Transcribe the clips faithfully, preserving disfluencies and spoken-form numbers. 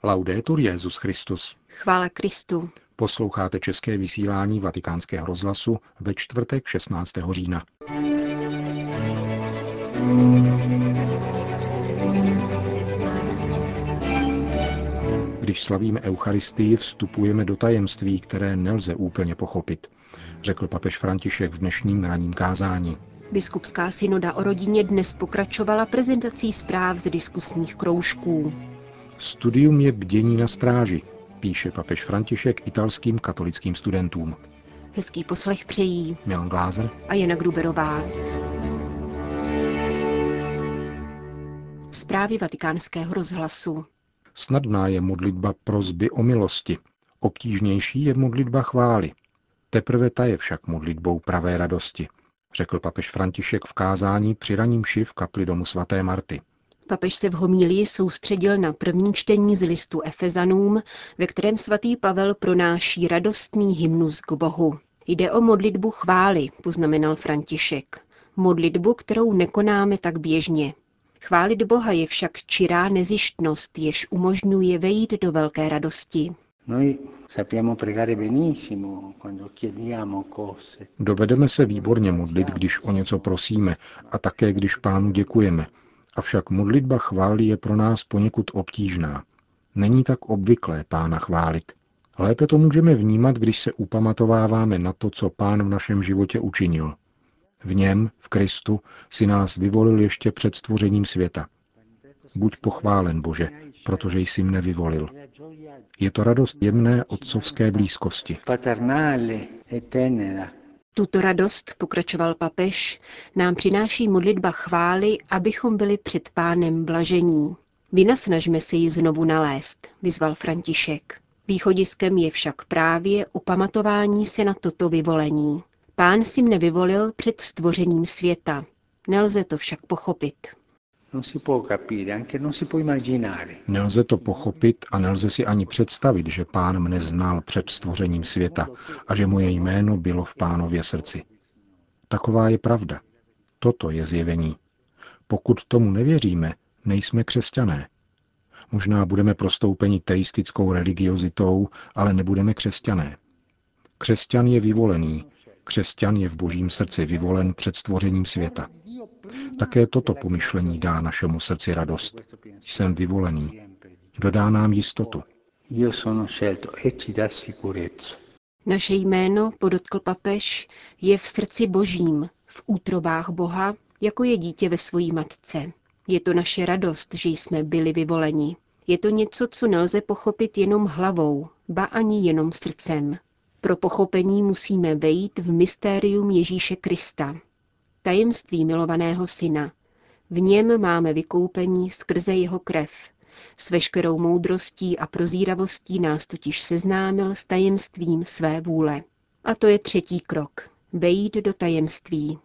Laudetur Jesus Christus. Chvála Kristu. Posloucháte české vysílání Vatikánského rozhlasu ve čtvrtek šestnáctého října. Když slavíme Eucharistii, vstupujeme do tajemství, které nelze úplně pochopit, řekl papež František v dnešním ranním kázání. Biskupská synoda o rodině dnes pokračovala prezentací zpráv z diskusních kroužků. Studium je bdění na stráži, píše papež František italským katolickým studentům. Hezký poslech přejí Milan Glázer a Jana Gruberová. Zprávy Vatikánského rozhlasu. Snadná je modlitba prosby o milosti, obtížnější je modlitba chvály. Teprve ta je však modlitbou pravé radosti, řekl papež František v kázání při raní mši v kapli domu svaté Marty. Papež se v homílii soustředil na první čtení z listu Efezanům, ve kterém svatý Pavel pronáší radostný hymnus k Bohu. Jde o modlitbu chvály, poznamenal František. Modlitbu, kterou nekonáme tak běžně. Chválit Boha je však čirá nezištnost, jež umožňuje vejít do velké radosti. Dovedeme se výborně modlit, když o něco prosíme, a také když Pánu děkujeme. Avšak modlitba chvály je pro nás poněkud obtížná. Není tak obvyklé Pána chválit. Lépe to můžeme vnímat, když se upamatováváme na to, co Pán v našem životě učinil. V něm, v Kristu, si nás vyvolil ještě před stvořením světa. Buď pochválen, Bože, protože jsi mne vyvolil. Je to radost jemné otcovské blízkosti. Tuto radost, pokračoval papež, nám přináší modlitba chvály, abychom byli před Pánem blažení. Vynasnažme se ji znovu nalézt, vyzval František. Východiskem je však právě upamatování se na toto vyvolení. Pán si mne vyvolil před stvořením světa. Nelze to však pochopit. Nelze to pochopit a nelze si ani představit, že Pán mne znal před stvořením světa a že moje jméno bylo v Pánově srdci. Taková je pravda. Toto je zjevení. Pokud tomu nevěříme, nejsme křesťané. Možná budeme prostoupeni teistickou religiozitou, ale nebudeme křesťané. Křesťan je vyvolený. Křesťan je v Božím srdci vyvolen před stvořením světa. Také toto pomyšlení dá našemu srdci radost. Jsem vyvolený. Dodá nám jistotu. Naše jméno, podotkl papež, je v srdci Božím, v útrobách Boha, jako je dítě ve svojí matce. Je to naše radost, že jsme byli vyvoleni. Je to něco, co nelze pochopit jenom hlavou, ba ani jenom srdcem. Pro pochopení musíme vejít v mystérium Ježíše Krista, tajemství milovaného syna. V něm máme vykoupení skrze jeho krev. S veškerou moudrostí a prozíravostí nás totiž seznámil s tajemstvím své vůle. A to je třetí krok. Vejít do tajemství.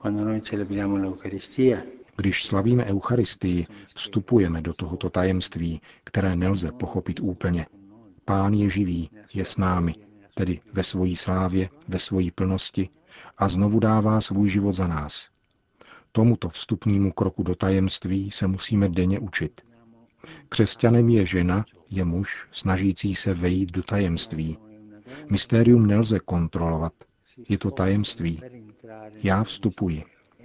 Když slavíme Eucharistii, vstupujeme do tohoto tajemství, které nelze pochopit úplně. Pán je živý, je s námi, tedy ve svojí slávě, ve svojí plnosti, a znovu dává svůj život za nás. Tomuto vstupnímu kroku do tajemství se musíme denně učit. Křesťanem je žena, je muž, snažící se vejít do tajemství. Mystérium nelze kontrolovat. Je to tajemství. Já vstupuji.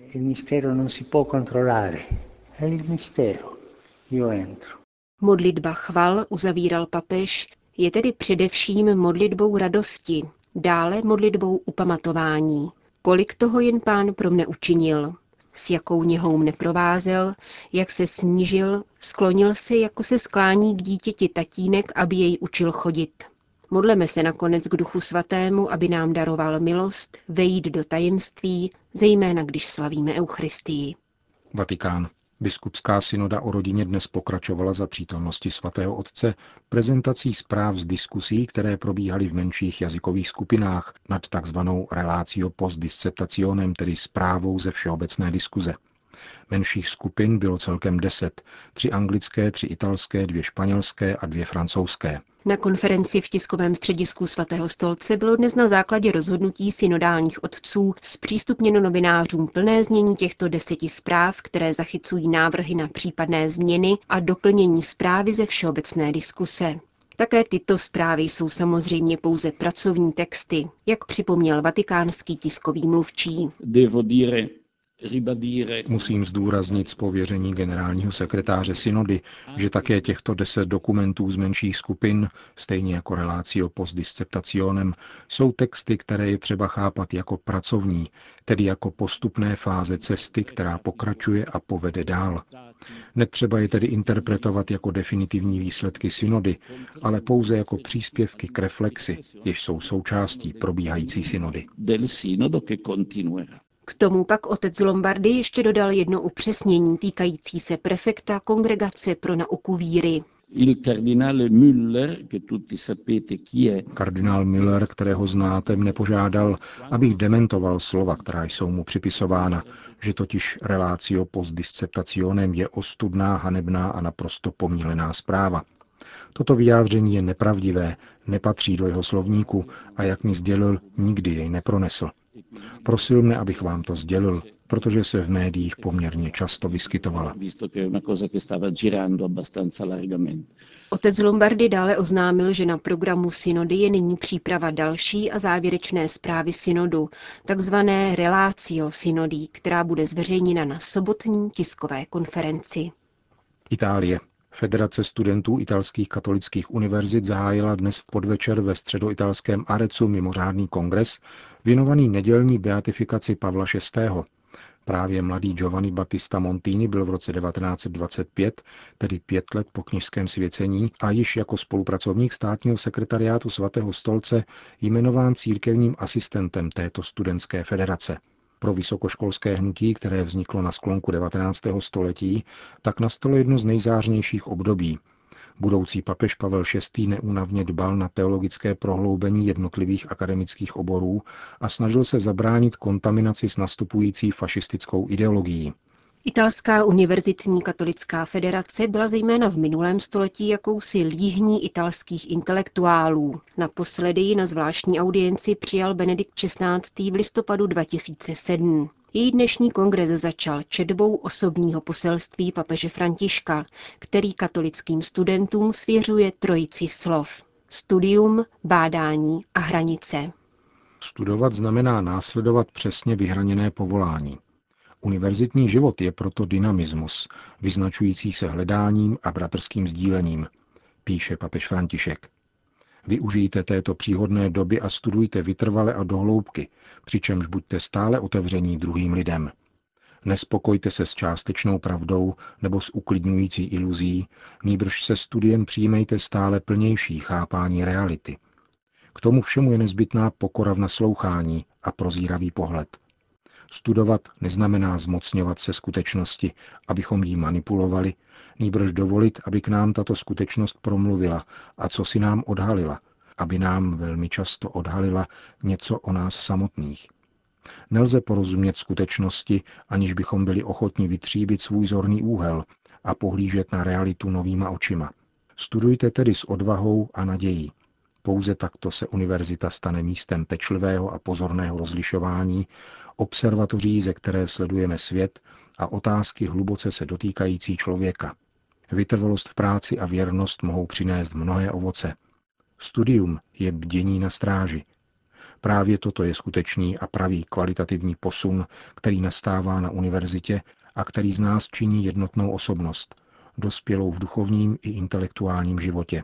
Modlitba chval, uzavíral papež, je tedy především modlitbou radosti, dále modlitbou upamatování. Kolik toho jen Pán pro mne učinil. S jakou něhou mne provázel, jak se snížil, sklonil se, jako se sklání k dítěti tatínek, aby jej učil chodit. Modleme se nakonec k Duchu Svatému, aby nám daroval milost vejít do tajemství, zejména když slavíme Eucharistii. Vatikán. Biskupská synoda o rodině dnes pokračovala za přítomnosti svatého otce prezentací zpráv z diskusí, které probíhaly v menších jazykových skupinách nad takzvanou relatio post disceptationem, tedy zprávou ze všeobecné diskuze. Menších skupin bylo celkem deset, tři anglické, tři italské, dvě španělské a dvě francouzské. Na konferenci v tiskovém středisku Svatého stolce bylo dnes na základě rozhodnutí synodálních otců zpřístupněno novinářům plné znění těchto deseti zpráv, které zachycují návrhy na případné změny a doplnění zprávy ze všeobecné diskuse. Také tyto zprávy jsou samozřejmě pouze pracovní texty, jak připomněl vatikánský tiskový mluvčí. Musím zdůraznit z pověření generálního sekretáře synody, že také těchto deset dokumentů z menších skupin, stejně jako relatio post disceptationem, jsou texty, které je třeba chápat jako pracovní, tedy jako postupné fáze cesty, která pokračuje a povede dál. Netřeba je tedy interpretovat jako definitivní výsledky synody, ale pouze jako příspěvky k reflexi, jež jsou součástí probíhající synody. K tomu pak otec Lombardy ještě dodal jedno upřesnění týkající se prefekta Kongregace pro nauku víry. Kardinál Müller, kterého znáte, mne požádal, abych dementoval slova, která jsou mu připisována, že totiž relatio post disceptationem je ostudná, hanebná a naprosto pomílená zpráva. Toto vyjádření je nepravdivé, nepatří do jeho slovníku a jak mi sdělil, nikdy jej nepronesl. Prosil mne, abych vám to sdělil, protože se v médiích poměrně často vyskytovala. Otec Lombardy dále oznámil, že na programu synody je nyní příprava další a závěrečné zprávy synodu, takzvané relatio synody, která bude zveřejněna na sobotní tiskové konferenci. Itálie. Federace studentů italských katolických univerzit zahájila dnes v podvečer ve středoitalském Arecu mimořádný kongres věnovaný nedělní beatifikaci Pavla šestého. Právě mladý Giovanni Battista Montini byl v roce devatenáct set dvacet pět, tedy pět let po kněžském svěcení, a již jako spolupracovník státního sekretariátu Svatého stolce jmenován církevním asistentem této studentské federace. Pro vysokoškolské hnutí, které vzniklo na sklonku devatenáctého století, tak nastalo jedno z nejzářnějších období. Budoucí papež Pavel šestý neúnavně dbal na teologické prohloubení jednotlivých akademických oborů a snažil se zabránit kontaminaci s nastupující fašistickou ideologií. Italská univerzitní katolická federace byla zejména v minulém století jakousi líhní italských intelektuálů. Naposledy ji na zvláštní audienci přijal Benedikt šestnáctý v listopadu dva tisíce sedm. Její dnešní kongres začal četbou osobního poselství papeže Františka, který katolickým studentům svěřuje trojici slov. Studium, bádání a hranice. Studovat znamená následovat přesně vyhraněné povolání. Univerzitní život je proto dynamismus, vyznačující se hledáním a bratrským sdílením, píše papež František. Využijte této příhodné doby a studujte vytrvale a dohloubky, přičemž buďte stále otevření druhým lidem. Nespokojte se s částečnou pravdou nebo s uklidňující iluzí, nýbrž se studiem přijmejte stále plnější chápání reality. K tomu všemu je nezbytná pokora v naslouchání a prozíravý pohled. Studovat neznamená zmocňovat se skutečnosti, abychom jí manipulovali, nýbrž dovolit, aby k nám tato skutečnost promluvila a co si nám odhalila, aby nám velmi často odhalila něco o nás samotných. Nelze porozumět skutečnosti, aniž bychom byli ochotni vytříbit svůj zorný úhel a pohlížet na realitu novýma očima. Studujte tedy s odvahou a nadějí. Pouze takto se univerzita stane místem pečlivého a pozorného rozlišování, observatoří, ze které sledujeme svět a otázky hluboce se dotýkající člověka. Vytrvalost v práci a věrnost mohou přinést mnohé ovoce. Studium je bdění na stráži. Právě toto je skutečný a pravý kvalitativní posun, který nastává na univerzitě a který z nás činí jednotnou osobnost, dospělou v duchovním i intelektuálním životě.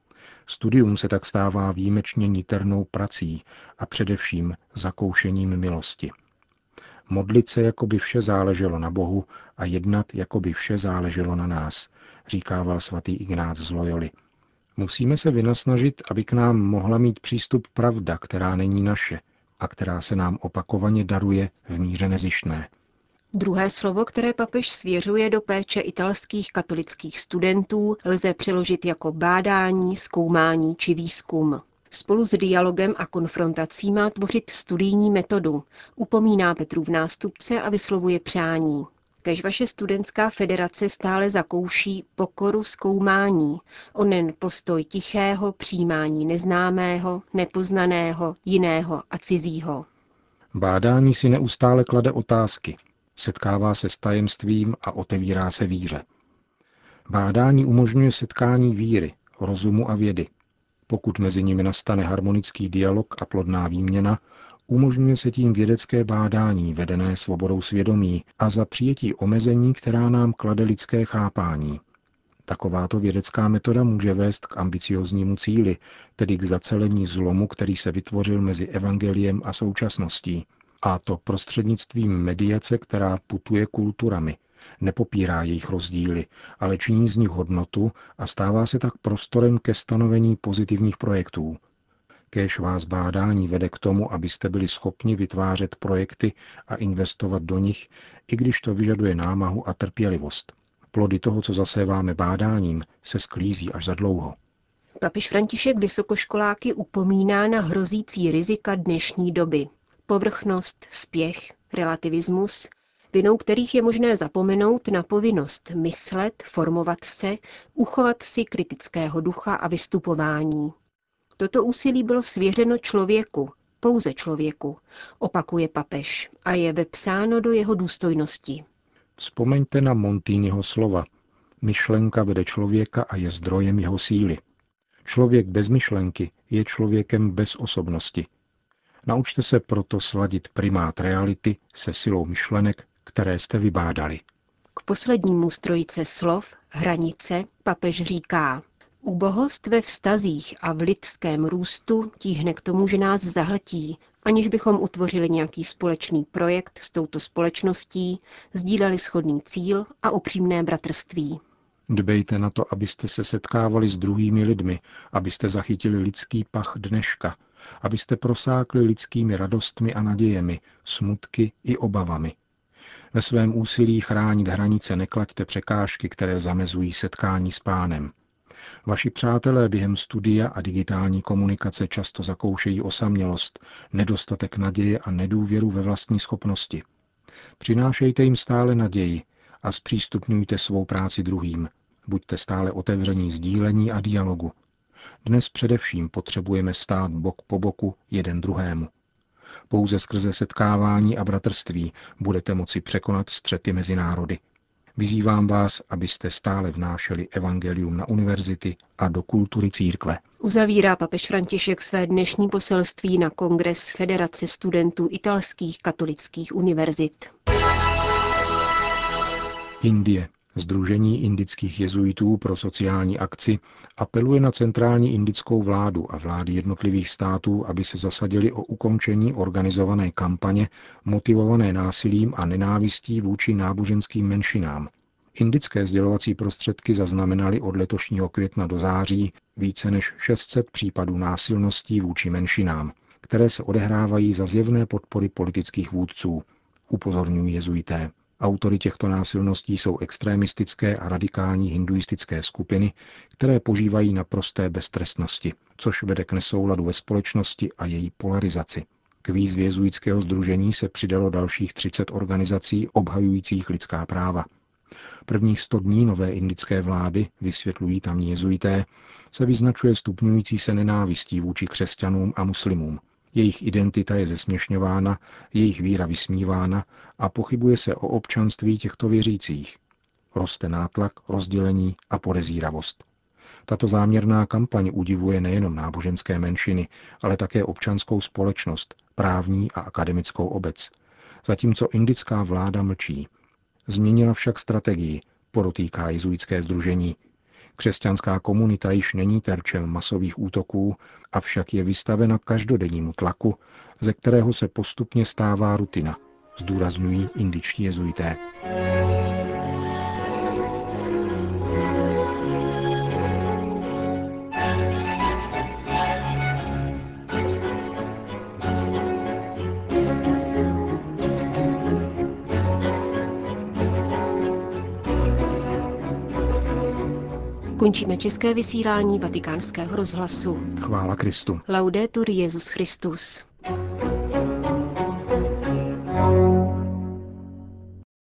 Studium se tak stává výjimečně niternou prací a především zakoušením milosti. Modlit se, jako by vše záleželo na Bohu a jednat, jako by vše záleželo na nás, říkával svatý Ignác z Loyoli. Musíme se vynasnažit, aby k nám mohla mít přístup pravda, která není naše a která se nám opakovaně daruje v míře nezištné. Druhé slovo, které papež svěřuje do péče italských katolických studentů, lze přeložit jako bádání, zkoumání či výzkum. Spolu s dialogem a konfrontací má tvořit studijní metodu, upomíná Petrův nástupce a vyslovuje přání. Kéž vaše studentská federace stále zakouší pokoru zkoumání, onen postoj tichého přijímání neznámého, nepoznaného, jiného a cizího. Bádání si neustále klade otázky, setkává se s tajemstvím a otevírá se víře. Bádání umožňuje setkání víry, rozumu a vědy. Pokud mezi nimi nastane harmonický dialog a plodná výměna, umožňuje se tím vědecké bádání vedené svobodou svědomí a za přijetí omezení, která nám klade lidské chápání. Takováto vědecká metoda může vést k ambicioznímu cíli, tedy k zacelení zlomu, který se vytvořil mezi evangeliem a současností. A to prostřednictvím mediace, která putuje kulturami, nepopírá jejich rozdíly, ale činí z nich hodnotu a stává se tak prostorem ke stanovení pozitivních projektů. Kéž vás bádání vede k tomu, abyste byli schopni vytvářet projekty a investovat do nich, i když to vyžaduje námahu a trpělivost. Plody toho, co zaséváme bádáním, se sklízí až za dlouho. Papež František vysokoškoláky upomíná na hrozící rizika dnešní doby. Povrchnost, spěch, relativismus, vinou kterých je možné zapomenout na povinnost myslet, formovat se, uchovat si kritického ducha a vystupování. Toto úsilí bylo svěřeno člověku, pouze člověku, opakuje papež a je vepsáno do jeho důstojnosti. Vzpomeňte na Montiniho slova. Myšlenka vede člověka a je zdrojem jeho síly. Člověk bez myšlenky je člověkem bez osobnosti. Naučte se proto sladit primát reality se silou myšlenek, které jste vybádali. K poslednímu z trojice slov, hranice, papež říká: Úbohost ve vztazích a v lidském růstu tíhne k tomu, že nás zahltí, aniž bychom utvořili nějaký společný projekt s touto společností, sdíleli shodný cíl a upřímné bratrství. Dbejte na to, abyste se setkávali s druhými lidmi, abyste zachytili lidský pach dneška, abyste prosákli lidskými radostmi a nadějemi, smutky i obavami. Ve svém úsilí chránit hranice neklaďte překážky, které zamezují setkání s Pánem. Vaši přátelé během studia a digitální komunikace často zakoušejí osamělost, nedostatek naděje a nedůvěru ve vlastní schopnosti. Přinášejte jim stále naději a zpřístupňujte svou práci druhým. Buďte stále otevření sdílení a dialogu. Dnes především potřebujeme stát bok po boku jeden druhému. Pouze skrze setkávání a bratrství budete moci překonat střety mezi národy. Vyzývám vás, abyste stále vnášeli evangelium na univerzity a do kultury církve. Uzavírá papež František své dnešní poselství na kongres Federace studentů italských katolických univerzit. Indie. Sdružení indických jezuitů pro sociální akci apeluje na centrální indickou vládu a vlády jednotlivých států, aby se zasadili o ukončení organizované kampaně motivované násilím a nenávistí vůči náboženským menšinám. Indické sdělovací prostředky zaznamenaly od letošního května do září více než šest set případů násilností vůči menšinám, které se odehrávají za zjevné podpory politických vůdců, upozorňují jezuité. Autory těchto násilností jsou extremistické a radikální hinduistické skupiny, které požívají na prosté beztrestnosti, což vede k nesouladu ve společnosti a její polarizaci. K výzvě jezuitského sdružení se přidalo dalších třicet organizací obhajujících lidská práva. Prvních sto dní nové indické vlády, vysvětlují tamní jezuité, se vyznačuje stupňující se nenávistí vůči křesťanům a muslimům. Jejich identita je zesměšňována, jejich víra vysmívána a pochybuje se o občanství těchto věřících. Roste nátlak, rozdělení a podezíravost. Tato záměrná kampaň udivuje nejenom náboženské menšiny, ale také občanskou společnost, právní a akademickou obec. Zatímco indická vláda mlčí. Změnila však strategii, podotýká jezuitské sdružení. Křesťanská komunita již není terčem masových útoků, avšak je vystavena každodennímu tlaku, ze kterého se postupně stává rutina, zdůrazňují indičtí jezuité. Končíme české vysílání Vatikánského rozhlasu. Chvála Kristu. Laudetur Jesus Christus.